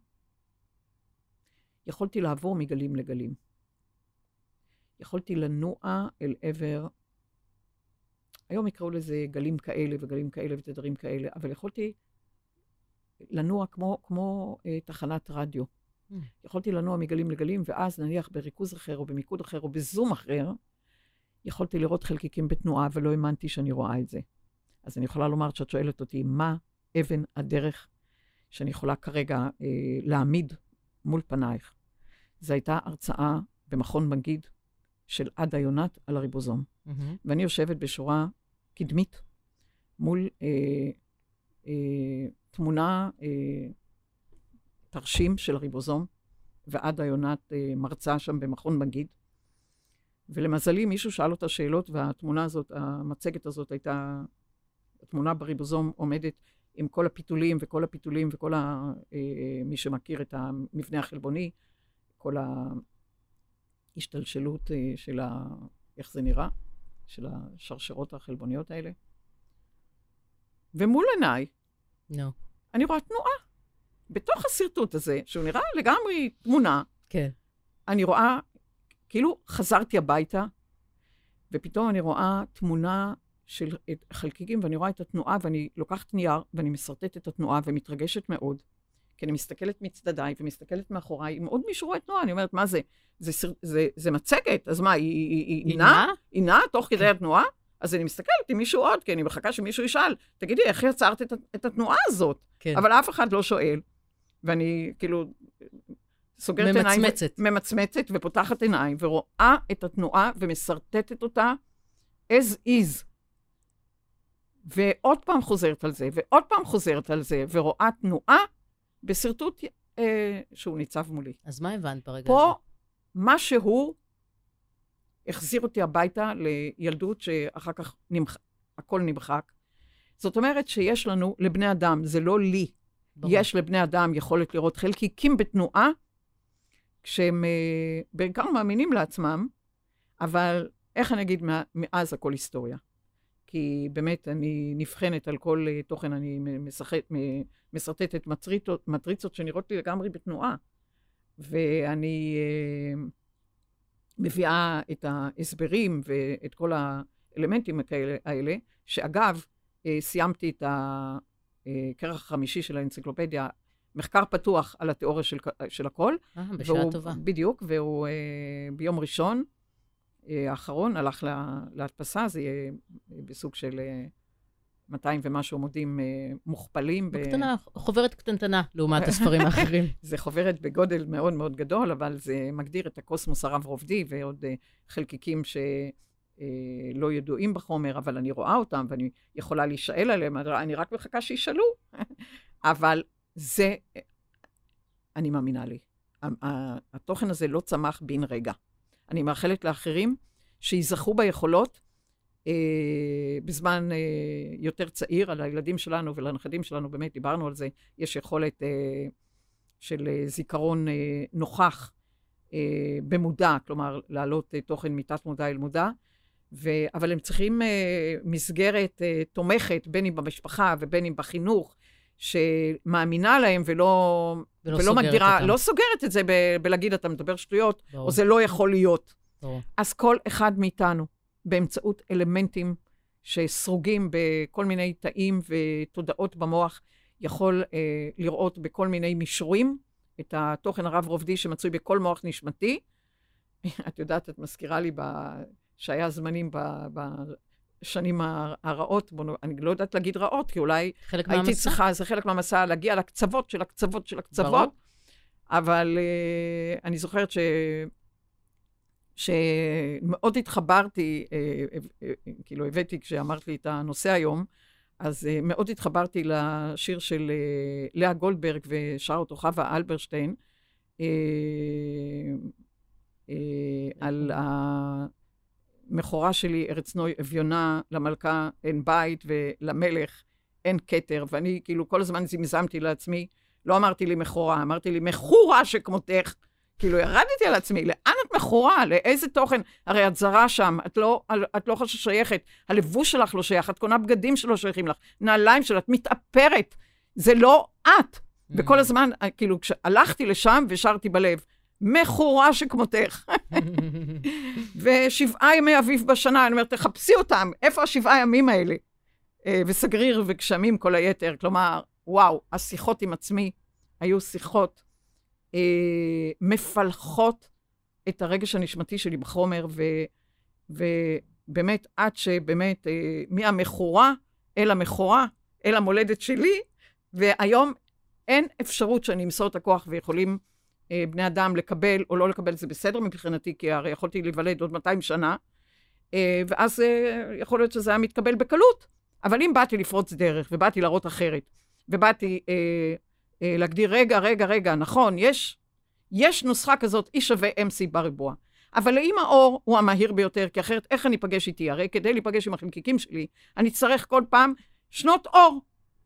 יכולתי לעבור מגלים לגלים. יכולתי לנוע אל עבר, היום יקראו לזה גלים כאלה וגלים כאלה ותדרים כאלה, אבל יכולתי לנוע כמו, כמו אה, תחנת רדיו. Mm. יכולתי לנוע מגלים לגלים, ואז נניח בריכוז אחר או במיקוד אחר או בזום אחר, יכולתי לראות חלקיקים בתנועה, ולא האמנתי שאני רואה את זה. אז אני יכולה לומר שאת שואלת אותי, מה אבן הדרך שאני יכולה כרגע אה, להעמיד מול פנייך? זו הייתה הרצאה במכון מגיד של עדה יונת על הריבוזום. Mm-hmm. ואני יושבת בשורה קדמית מול אה, אה, תמונה, אה, תרשים של הריבוזום, ועדה יונת אה, מרצה שם במכון מגיד. ולמזלי מישהו שאל אותה שאלות, והתמונה הזאת, המצגת הזאת הייתה, התמונה בריבוזום עומדת עם כל הפיתולים וכל הפיתולים וכל ה, אה, מי שמכיר את המבנה החלבוני, כל ההשתלשלות אה, של ה, איך זה נראה, של השרשרות החלבוניות האלה. ומול עיניי, no. אני רואה תנועה. בתוך הסרטוט הזה, שהוא נראה לגמרי תמונה, כן. אני רואה, כאילו חזרתי הביתה, ופתאום אני רואה תמונה של חלקיקים, ואני רואה את התנועה, ואני לוקחת נייר, ואני מסרטט את התנועה, ומתרגשת מאוד, כי אני מסתכלת מצדדיי, ומסתכלת מאחוריי, אם עוד מישהו רואה תנועה, אני אומרת, מה זה? זה, זה, זה, זה מצגת, אז מה, היא, היא, היא, היא נעה? היא נעה תוך כדי התנועה? אז אני מסתכלת עם מישהו עוד, כי אני מחכה שמישהו ישאל, תגידי, איך יצרת את, את התנועה הזאת? כן. אבל אף אחד לא שואל, ואני כאילו סוגרת עיניים, ממצמצת. ממצמצת ופותחת עיניים, ורואה את התנועה ומסרטטת אותה as is. ועוד פעם חוזרת על זה, ועוד פעם חוזרת על זה, ורואה תנועה בסרטוט אה, שהוא ניצב מולי. אז מה הבנת ברגע פה הזה? משהו החזיר אותי הביתה לילדות שאחר כך נמח... הכל נמחק. זאת אומרת שיש לנו, לבני אדם, זה לא לי, ברור. יש לבני אדם יכולת לראות חלקיקים בתנועה, כשהם אה, בעיקר מאמינים לעצמם, אבל איך אני אגיד, מאז הכל היסטוריה. כי באמת אני נבחנת על כל uh, תוכן, אני משחט, מסרטטת מטריצות, מטריצות שנראות לי לגמרי בתנועה. ואני uh, מביאה את ההסברים ואת כל האלמנטים האלה, שאגב, uh, סיימתי את הכרך החמישי של האנציקלופדיה, מחקר פתוח על התיאוריה של, של הכל. אה, בשעה והוא, טובה. בדיוק, והוא uh, ביום ראשון, האחרון הלך להדפסה, זה יהיה בסוג של מאתיים ומשהו עמודים מוכפלים. בקטנה, חוברת קטנטנה לעומת הספרים האחרים. זה חוברת בגודל מאוד מאוד גדול, אבל זה מגדיר את הקוסמוס הרב-רובדי, ועוד חלקיקים שלא ידועים בחומר, אבל אני רואה אותם, ואני יכולה להישאל עליהם, אני רק מחכה שישאלו. אבל זה, אני מאמינה לי. התוכן הזה לא צמח בין רגע. אני מאחלת לאחרים שיזכו ביכולות, אה, בזמן אה, יותר צעיר, על הילדים שלנו ולנכדים שלנו, באמת דיברנו על זה, יש יכולת אה, של אה, זיכרון אה, נוכח אה, במודע, כלומר, להעלות אה, תוכן מתת מודע אל מודע, ו... אבל הם צריכים אה, מסגרת אה, תומכת, בין אם במשפחה ובין אם בחינוך, שמאמינה להם ולא, ולא, ולא מגדירה, אותם. לא סוגרת את זה ב- בלהגיד, אתה מדבר שטויות, ברור. או זה לא יכול להיות. ברור. אז כל אחד מאיתנו, באמצעות אלמנטים שסרוגים בכל מיני תאים ותודעות במוח, יכול אה, לראות בכל מיני מישורים את התוכן הרב-רובדי שמצוי בכל מוח נשמתי. את יודעת, את מזכירה לי ב... שהיה זמנים ב... ב... שנים הרעות, בוא, אני לא יודעת להגיד רעות, כי אולי הייתי מהמסע? צריכה, זה חלק מהמסע, להגיע לקצוות של הקצוות של הקצוות, ברור. אבל uh, אני זוכרת ש... שמאוד התחברתי, uh, uh, uh, כאילו הבאתי כשאמרת לי את הנושא היום, אז uh, מאוד התחברתי לשיר של uh, לאה גולדברג ושר אותו חווה אלברשטיין, uh, uh, על ה... מכורה שלי, ארץ נוי אביונה, למלכה אין בית ולמלך אין כתר, ואני כאילו כל הזמן זמזמתי לעצמי, לא אמרתי לי מכורה, אמרתי לי מכורה שכמותך, כאילו ירדתי על עצמי, לאן את מכורה? לאיזה תוכן? הרי את זרה שם, את לא, את לא חושבת שייכת, הלבוש שלך לא שייך, את קונה בגדים שלא שייכים לך, נעליים שלך, את מתאפרת, זה לא את. וכל הזמן, כאילו, כשהלכתי לשם ושרתי בלב, מכורה שכמותך. ושבעה ימי אביב בשנה, אני אומרת, תחפשי אותם, איפה השבעה ימים האלה? וסגריר וגשמים כל היתר, כלומר, וואו, השיחות עם עצמי היו שיחות אה, מפלחות את הרגש הנשמתי שלי בחומר, ו, ובאמת, עד שבאמת, אה, מהמכורה אל המכורה, אל המולדת שלי, והיום אין אפשרות שאני אמסור את הכוח ויכולים בני אדם לקבל או לא לקבל, זה בסדר מבחינתי, כי הרי יכולתי להיוולד עוד מאתיים שנה, ואז יכול להיות שזה היה מתקבל בקלות. אבל אם באתי לפרוץ דרך, ובאתי להראות אחרת, ובאתי אה, אה, להגדיר, רגע, רגע, רגע, נכון, יש, יש נוסחה כזאת, אי שווה אם סי בריבוע. אבל לאם האור הוא המהיר ביותר, כי אחרת איך אני אפגש איתי? הרי כדי להיפגש עם החלקיקים שלי, אני צריך כל פעם שנות אור.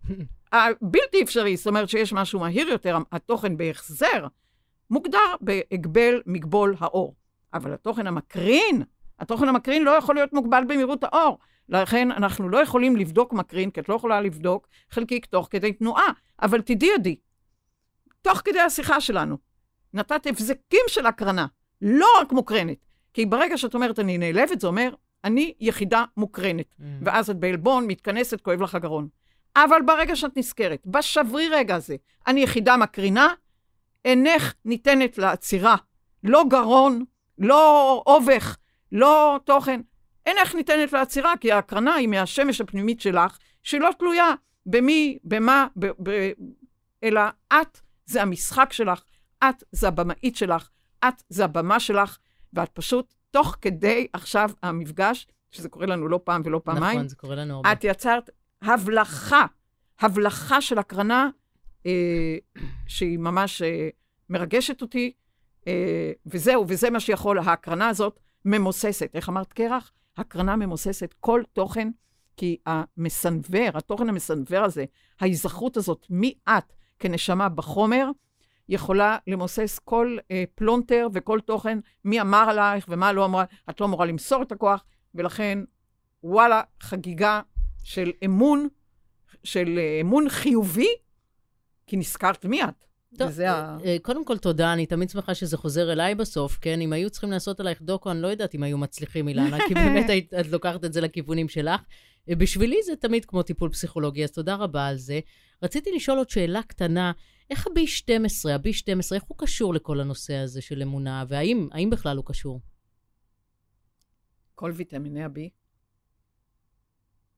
הבלתי אפשרי, זאת אומרת שיש משהו מהיר יותר, התוכן בהחזר, מוגדר בהגבל מגבול האור. אבל התוכן המקרין, התוכן המקרין לא יכול להיות מוגבל במהירות האור. לכן אנחנו לא יכולים לבדוק מקרין, כי את לא יכולה לבדוק חלקיק תוך כדי תנועה. אבל תדעי עדי, תוך כדי השיחה שלנו, נתת הבזקים של הקרנה, לא רק מוקרנת. כי ברגע שאת אומרת אני נעלבת, זה אומר, אני יחידה מוקרנת. Mm. ואז את בעלבון מתכנסת, כואב לך הגרון. אבל ברגע שאת נזכרת, בשברי רגע הזה, אני יחידה מקרינה, אינך ניתנת לעצירה, לא גרון, לא אובך, לא תוכן, אינך ניתנת לעצירה, כי ההקרנה היא מהשמש הפנימית שלך, שלא תלויה במי, במה, ב, ב, אלא את זה המשחק שלך, את זה הבמאית שלך, את זה הבמה שלך, ואת פשוט תוך כדי עכשיו המפגש, שזה קורה לנו לא פעם ולא פעמיים, נכון, זה קורה לנו הרבה. את יצרת הבלחה, הבלחה של הקרנה, אה, שהיא ממש אה, מרגשת אותי, אה, וזהו, וזה מה שיכול, ההקרנה הזאת ממוססת. איך אמרת קרח? הקרנה ממוססת כל תוכן, כי המסנבר, התוכן המסנבר הזה, ההיזכרות הזאת, מי את כנשמה בחומר, יכולה למוסס כל אה, פלונטר וכל תוכן, מי אמר עלייך ומה לא אמרה, את לא אמורה למסור את הכוח, ולכן, וואלה, חגיגה של אמון, של אמון חיובי, כי נזכרת מי את. טוב, ה... קודם כל תודה, אני תמיד שמחה שזה חוזר אליי בסוף, כן? אם היו צריכים לעשות עלייך דוקו, אני לא יודעת אם היו מצליחים, אילנה, כי באמת את, את לוקחת את זה לכיוונים שלך. בשבילי זה תמיד כמו טיפול פסיכולוגי, אז תודה רבה על זה. רציתי לשאול עוד שאלה קטנה, איך ה-בי שתים עשרה, ה-בי שתים עשרה, איך הוא קשור לכל הנושא הזה של אמונה, והאם האם בכלל הוא קשור? כל ויטמיני ה-B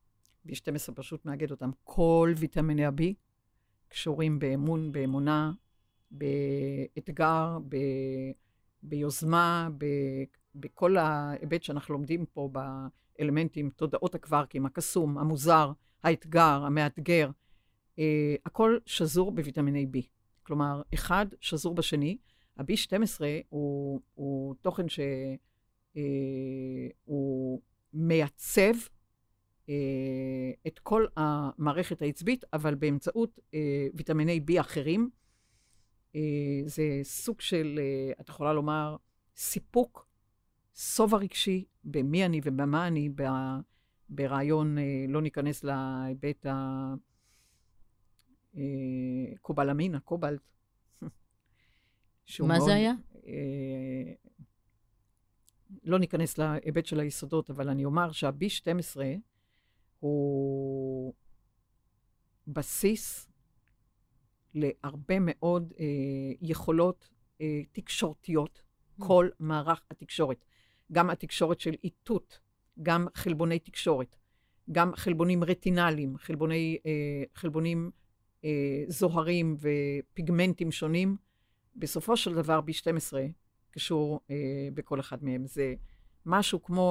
בי שתים עשרה פשוט מאגד אותם. כל ויטמיני ה-B קשורים באמון, באמונה, באתגר, ב... ביוזמה, ב... בכל ההיבט שאנחנו לומדים פה באלמנטים, תודעות הקווארקים, הקסום, המוזר, האתגר, המאתגר, אה, הכל שזור בוויטמיני B. כלומר, אחד שזור בשני. ה-בי שתים עשרה הוא, הוא תוכן שהוא מייצב אה, את כל המערכת העצבית, אבל באמצעות אה, ויטמיני B אחרים. אה, זה סוג של, אה, את יכולה לומר, סיפוק, סובה רגשי, במי אני ובמה אני, ב, ברעיון, אה, לא ניכנס להיבט הקובלמין, הקובלט. מה זה היה? אה, לא ניכנס להיבט של היסודות, אבל אני אומר שה-בי שתים עשרה הוא בסיס להרבה מאוד אה, יכולות אה, תקשורתיות, mm. כל מערך התקשורת. גם התקשורת של איתות, גם חלבוני תקשורת, גם חלבונים רטינליים, חלבוני, אה, חלבונים אה, זוהרים ופיגמנטים שונים. בסופו של דבר, בי שתים עשרה קשור אה, בכל אחד מהם. זה משהו כמו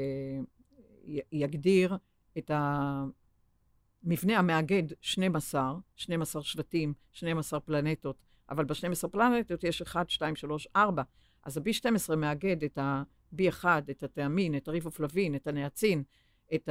שיגדיר את המבנה המאגד שנים עשר, שנים עשר שבטים, שנים עשר פלנטות, אבל ב-שתים עשרה פלנטות יש אחת, שתיים, שלוש, ארבע. אז ה-בי שתים עשרה מאגד את ה-בי אחת, את התאמין, את הריבופלבין, את הניאצין, את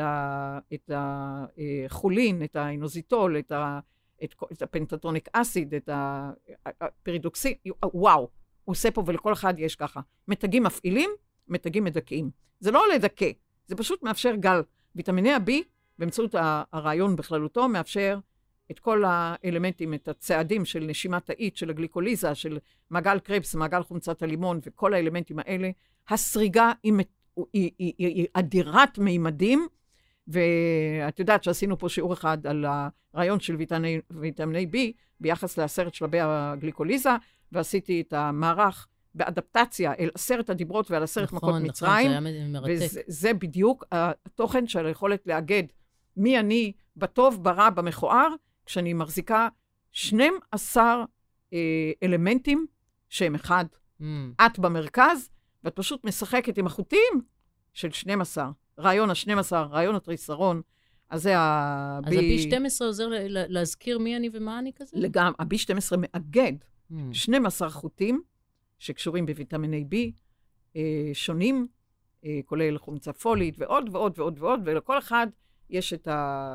החולין, את האינוזיטול, את ה... את, את הפנטטוניק אסיד, את הפרידוקסין, וואו, הוא עושה פה ולכל אחד יש ככה. מתגים מפעילים, מתגים מדכאים. זה לא לדכא, זה פשוט מאפשר גל. ויטמיני ה-B, באמצעות הרעיון בכללותו, מאפשר את כל האלמנטים, את הצעדים של נשימה תאית, של הגליקוליזה, של מעגל קרבס, מעגל חומצת הלימון, וכל האלמנטים האלה. הסריגה היא, היא, היא, היא אדירת מימדים, ואת יודעת שעשינו פה שיעור אחד על הרעיון של ויטמיני, ויטמיני B ביחס לעשרת שלבי הגליקוליזה, ועשיתי את המערך באדפטציה אל עשרת הדיברות ועל עשרת נכון, מכות מצרים. נכון, זה היה מרתק. וזה בדיוק התוכן של היכולת לאגד מי אני בטוב, ברע, במכוער, כשאני מחזיקה שנים עשר אה, אלמנטים שהם אחד. Mm. את במרכז, ואת פשוט משחקת עם החוטים של שנים עשר. רעיון ה-שנים עשר, רעיון הטריסרון, אז זה ה... אז ה-בי שתים עשרה עוזר להזכיר מי אני ומה אני כזה? לגמרי, ה-בי שתים עשרה מאגד mm. שנים עשר חוטים שקשורים בוויטמיני B, אה, שונים, אה, כולל חומצה פולית ועוד ועוד ועוד ועוד, ולכל אחד יש את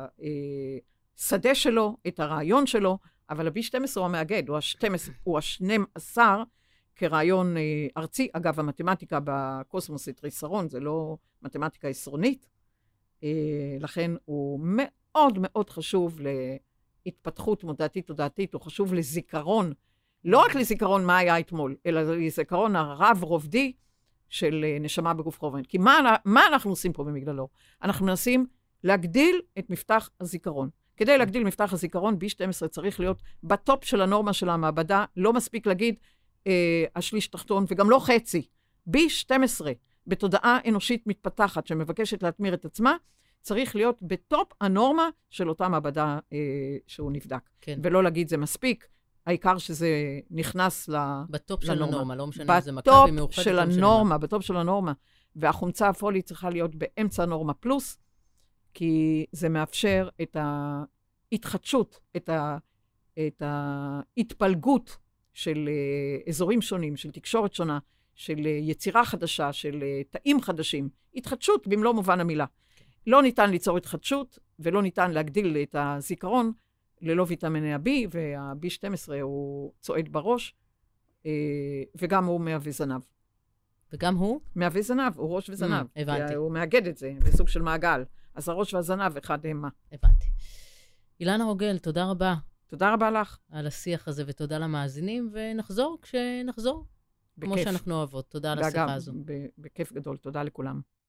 השדה שלו, את הרעיון שלו, אבל ה-בי שתים עשרה הוא המאגד, הוא ה-שנים עשר כרעיון אה, ארצי. אגב, המתמטיקה בקוסמוס היא טריסרון, זה לא מתמטיקה עשרונית, אה, לכן הוא מאוד מאוד חשוב להתפתחות מודעתית תודעתית, הוא חשוב לזיכרון, לא רק לזיכרון מה היה אתמול, אלא לזיכרון הרב רובדי של אה, נשמה בגוף חובן. כי מה, מה אנחנו עושים פה במגדלור? אנחנו מנסים להגדיל את מפתח הזיכרון. כדי להגדיל מפתח הזיכרון, בי שתים עשרה צריך להיות בטופ של הנורמה של המעבדה, לא מספיק להגיד אה, השליש תחתון, וגם לא חצי. בי שתים עשרה, בתודעה אנושית מתפתחת, שמבקשת להתמיר את עצמה, צריך להיות בטופ הנורמה של אותה מעבדה אה, שהוא נבדק. כן. ולא להגיד זה מספיק, העיקר שזה נכנס לנורמה. בטופ של הנורמה, לא משנה איזה מכבי מאוחדת. בטופ של הנורמה, בטופ של הנורמה. והחומצה הפולית צריכה להיות באמצע הנורמה פלוס, כי זה מאפשר את ההתחדשות, את, ה, את ההתפלגות של אזורים שונים, של תקשורת שונה, של יצירה חדשה, של תאים חדשים. התחדשות במלוא מובן המילה. Okay. לא ניתן ליצור התחדשות, ולא ניתן להגדיל את הזיכרון ללא ויטמיני ה-B, וה-בי שתים עשרה הוא צועד בראש, וגם הוא מהווה זנב. וגם הוא? מהווה זנב, הוא ראש וזנב. Mm, הבנתי. הוא מאגד את זה בסוג של מעגל. אז הראש והזנב אחד הם מה. הבנתי. אילנה רוגל, תודה רבה. תודה רבה לך. על השיח הזה, ותודה למאזינים, ונחזור כשנחזור. בכיף. כמו שאנחנו אוהבות. תודה על השיחה הזו. בכיף גדול, תודה לכולם.